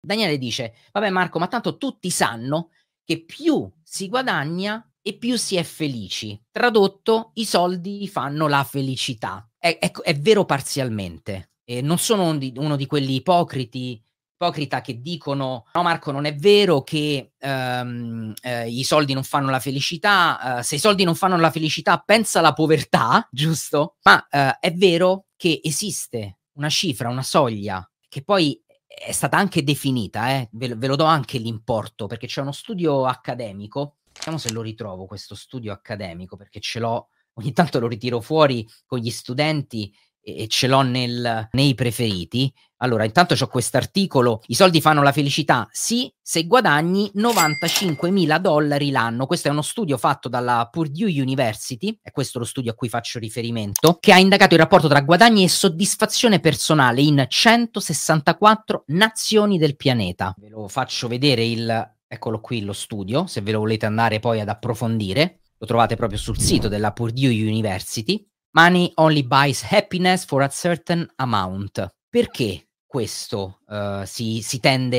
Daniele dice: vabbè Marco, ma tanto tutti sanno che più si guadagna e più si è felici. Tradotto, i soldi fanno la felicità. È vero parzialmente. Non sono uno di quelli ipocrita che dicono: no Marco, non è vero che i soldi non fanno la felicità, se i soldi non fanno la felicità pensa alla povertà, giusto? Ma è vero che esiste una cifra, una soglia, che poi è stata anche definita, ve lo do anche l'importo, perché c'è uno studio accademico. Vediamo se lo ritrovo questo studio accademico, perché ce l'ho, ogni tanto lo ritiro fuori con gli studenti e ce l'ho nei preferiti. Allora, intanto c'ho quest'articolo: i soldi fanno la felicità? Sì, se guadagni $95.000 l'anno. Questo è uno studio fatto dalla Purdue University, è questo lo studio a cui faccio riferimento, che ha indagato il rapporto tra guadagni e soddisfazione personale in 164 nazioni del pianeta. Ve lo faccio vedere eccolo qui lo studio, se ve lo volete andare poi ad approfondire. Lo trovate proprio sul sito della Purdue University. Money only buys happiness for a certain amount. Perché questo si tende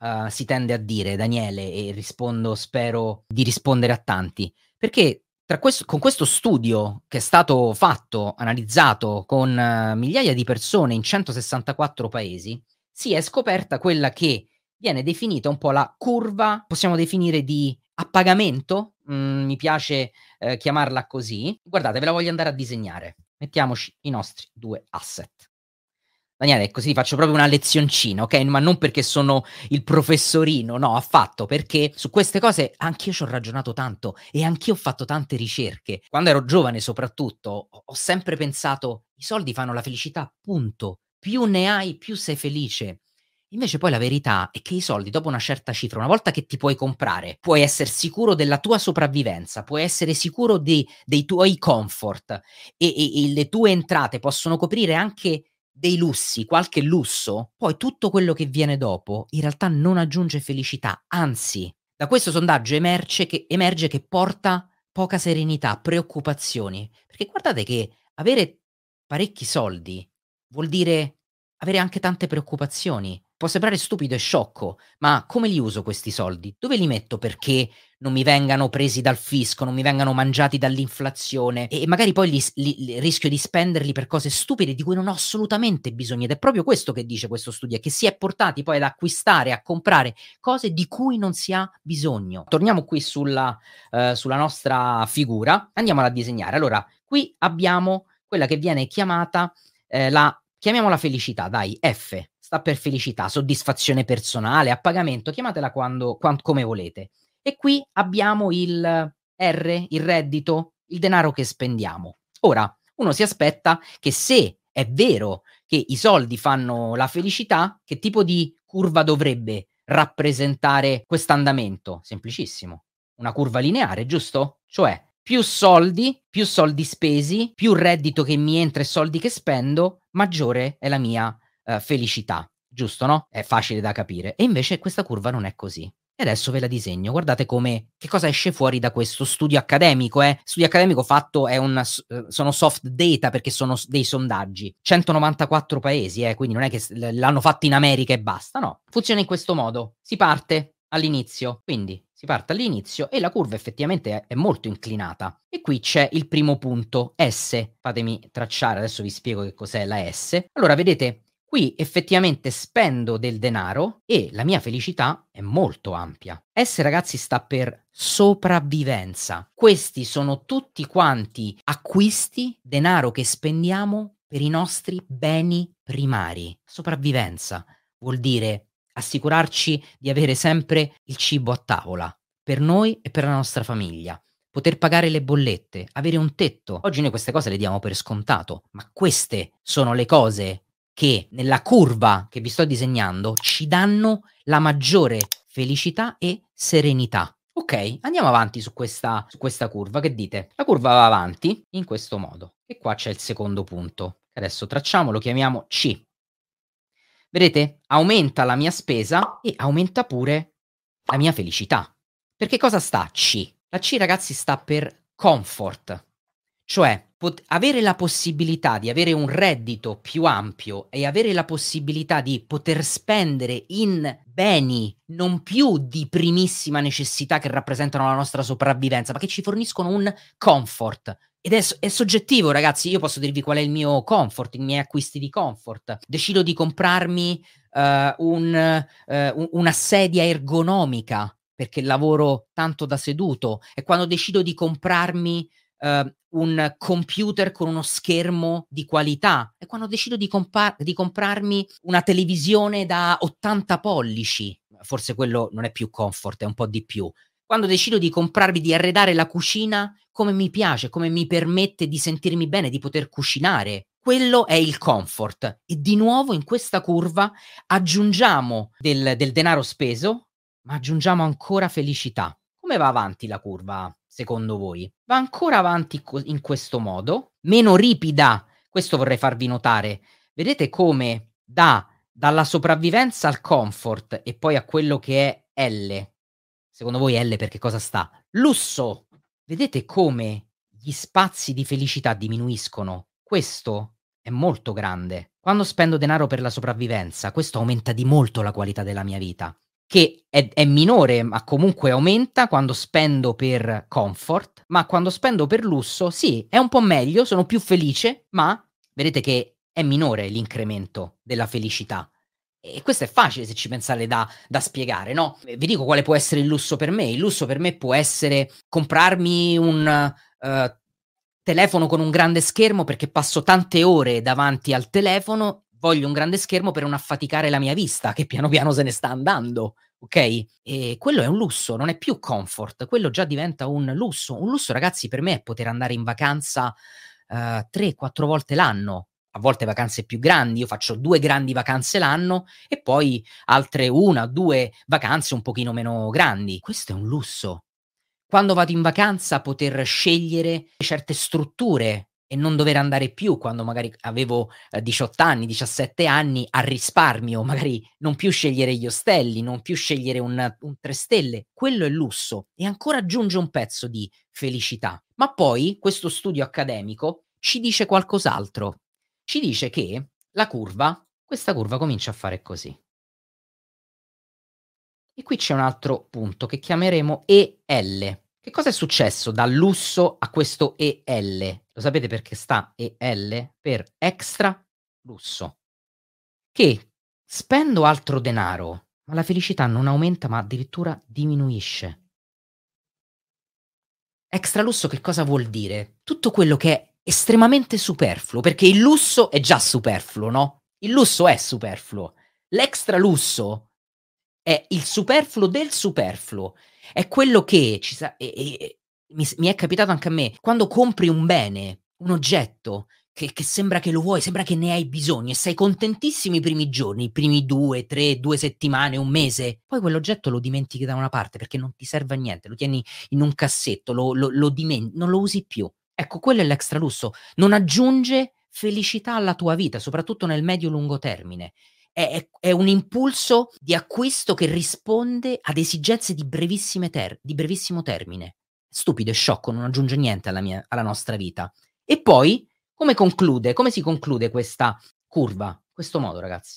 a dire, Daniele? E rispondo, spero di rispondere a tanti. Perché con questo studio che è stato fatto, analizzato con migliaia di persone in 164 paesi, si è scoperta quella che viene definita un po' la curva, possiamo definire di appagamento, mi piace chiamarla così. Guardate, ve la voglio andare a disegnare. Mettiamoci i nostri due asset. Daniele, così faccio proprio una lezioncina, ok? Ma non perché sono il professorino, no, affatto, perché su queste cose anch'io ci ho ragionato tanto e anch'io ho fatto tante ricerche. Quando ero giovane, soprattutto, ho sempre pensato: i soldi fanno la felicità, punto. Più ne hai, più sei felice. Invece poi la verità è che i soldi, dopo una certa cifra, una volta che ti puoi comprare, puoi essere sicuro della tua sopravvivenza, puoi essere sicuro dei tuoi comfort e le tue entrate possono coprire anche dei lussi, qualche lusso, poi tutto quello che viene dopo in realtà non aggiunge felicità, anzi, da questo sondaggio emerge che porta poca serenità, preoccupazioni, perché guardate che avere parecchi soldi vuol dire avere anche tante preoccupazioni. Può sembrare stupido e sciocco, ma come li uso questi soldi? Dove li metto perché non mi vengano presi dal fisco, non mi vengano mangiati dall'inflazione e magari poi rischio di spenderli per cose stupide di cui non ho assolutamente bisogno. Ed è proprio questo che dice questo studio, che si è portati poi ad acquistare, a comprare cose di cui non si ha bisogno. Torniamo qui sulla nostra figura, andiamola a disegnare. Allora, qui abbiamo quella che viene chiamata chiamiamola felicità, dai, F, sta per felicità, soddisfazione personale, appagamento, chiamatela come volete. E qui abbiamo il R, il reddito, il denaro che spendiamo. Ora, uno si aspetta che se è vero che i soldi fanno la felicità, che tipo di curva dovrebbe rappresentare quest'andamento? Semplicissimo. Una curva lineare, giusto? Cioè, più soldi spesi, più reddito che mi entra e soldi che spendo, maggiore è la mia felicità. Giusto, no? È facile da capire. E invece questa curva non è così. E adesso ve la disegno. Guardate che cosa esce fuori da questo studio accademico, Studio accademico fatto sono soft data perché sono dei sondaggi. 194 paesi, quindi non è che l'hanno fatto in America e basta, no. Funziona in questo modo. Si parte all'inizio, quindi si parte all'inizio e la curva effettivamente è molto inclinata. E qui c'è il primo punto, S. Fatemi tracciare, adesso vi spiego che cos'è la S. Allora, vedete, qui effettivamente spendo del denaro e la mia felicità è molto ampia. S, ragazzi, sta per sopravvivenza. Questi sono tutti quanti acquisti, denaro che spendiamo per i nostri beni primari. Sopravvivenza vuol dire assicurarci di avere sempre il cibo a tavola, per noi e per la nostra famiglia. Poter pagare le bollette, avere un tetto. Oggi noi queste cose le diamo per scontato, ma queste sono le cose che nella curva che vi sto disegnando ci danno la maggiore felicità e serenità. Ok, andiamo avanti su questa curva. Che dite? La curva va avanti in questo modo. E qua c'è il secondo punto. Adesso tracciamo, lo chiamiamo C. Vedete? Aumenta la mia spesa e aumenta pure la mia felicità. Perché cosa sta C? La C, ragazzi, sta per comfort. Cioè, avere la possibilità di avere un reddito più ampio e avere la possibilità di poter spendere in beni non più di primissima necessità che rappresentano la nostra sopravvivenza, ma che ci forniscono un comfort. Ed è soggettivo, ragazzi. Io posso dirvi qual è il mio comfort, i miei acquisti di comfort. Decido di comprarmi una sedia ergonomica perché lavoro tanto da seduto, e quando decido di comprarmi un computer con uno schermo di qualità, e quando decido di comprarmi una televisione da 80 pollici, forse quello non è più comfort, è un po' di più. Quando decido di arredare la cucina come mi piace, come mi permette di sentirmi bene, di poter cucinare. Quello è il comfort. E di nuovo in questa curva aggiungiamo del denaro speso, ma aggiungiamo ancora felicità. Come va avanti la curva secondo voi? Va ancora avanti in questo modo, meno ripida, questo vorrei farvi notare. Vedete come dalla sopravvivenza al comfort e poi a quello che è L. Secondo voi L per che cosa sta? Lusso! Vedete come gli spazi di felicità diminuiscono? Questo è molto grande. Quando spendo denaro per la sopravvivenza, questo aumenta di molto la qualità della mia vita, che è minore, ma comunque aumenta quando spendo per comfort, ma quando spendo per lusso, sì, è un po' meglio, sono più felice, ma vedete che è minore l'incremento della felicità. E questo è facile se ci pensate da spiegare, no, vi dico quale può essere il lusso per me. Il lusso per me può essere comprarmi un, telefono con un grande schermo perché passo tante ore davanti al telefono, voglio un grande schermo per non affaticare la mia vista che piano piano se ne sta andando, okay, e quello è un lusso, non è più comfort, quello già diventa un lusso. Un lusso, ragazzi, per me è poter andare in vacanza, 3, 4 volte l'anno, a volte vacanze più grandi. Io faccio 2 grandi vacanze l'anno e poi altre 1, 2 vacanze un pochino meno grandi. Questo è un lusso. Quando vado in vacanza poter scegliere certe strutture e non dover andare più, quando magari avevo, 18 anni, 17 anni, a risparmio, magari non più scegliere gli ostelli, non più scegliere un 3 stelle, quello è lusso e ancora aggiunge un pezzo di felicità. Ma poi questo studio accademico ci dice qualcos'altro. Ci dice che questa curva comincia a fare così. E qui c'è un altro punto che chiameremo EL. Che cosa è successo dal lusso a questo EL? Lo sapete perché sta EL? Per extra lusso. Che spendo altro denaro, ma la felicità non aumenta, ma addirittura diminuisce. Extra lusso che cosa vuol dire? Tutto quello che è estremamente superfluo, perché il lusso è già superfluo, no? Il lusso è superfluo. L'extra lusso è il superfluo del superfluo. È quello che ci sa e mi è capitato anche a me, quando compri un bene, un oggetto che sembra che lo vuoi, sembra che ne hai bisogno e sei contentissimo i primi giorni, i primi 2, 3, 2 settimane, 1 mese, poi quell'oggetto lo dimentichi da una parte perché non ti serve a niente, lo tieni in un cassetto, non lo usi più. Ecco, quello è l'extra lusso, non aggiunge felicità alla tua vita, soprattutto nel medio-lungo termine. È un impulso di acquisto che risponde ad esigenze di brevissimo termine. Stupido e sciocco, non aggiunge niente alla nostra vita. E poi come si conclude questa curva? Questo modo, ragazzi.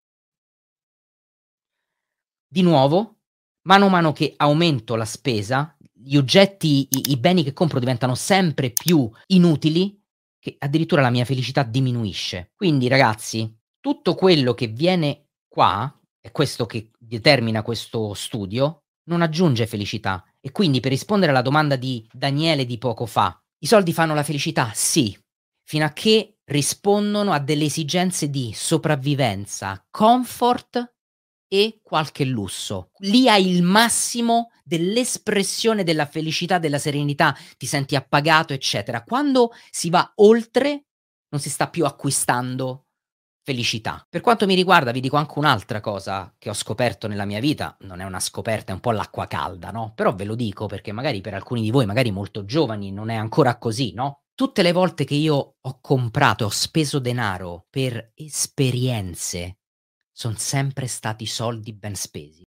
Di nuovo, mano a mano che aumento la spesa, gli oggetti, i beni che compro diventano sempre più inutili, che addirittura la mia felicità diminuisce. Quindi ragazzi, tutto quello che viene qua, è questo che determina questo studio, non aggiunge felicità. E quindi per rispondere alla domanda di Daniele di poco fa, i soldi fanno la felicità? Sì, fino a che rispondono a delle esigenze di sopravvivenza, comfort e qualche lusso. Lì hai il massimo dell'espressione della felicità, della serenità, ti senti appagato, eccetera. Quando si va oltre, non si sta più acquistando felicità. Per quanto mi riguarda, vi dico anche un'altra cosa che ho scoperto nella mia vita, non è una scoperta, è un po' l'acqua calda, no, però ve lo dico perché magari per alcuni di voi, magari molto giovani, non è ancora così, no, tutte le volte che io ho comprato, ho speso denaro per esperienze, son sempre stati soldi ben spesi.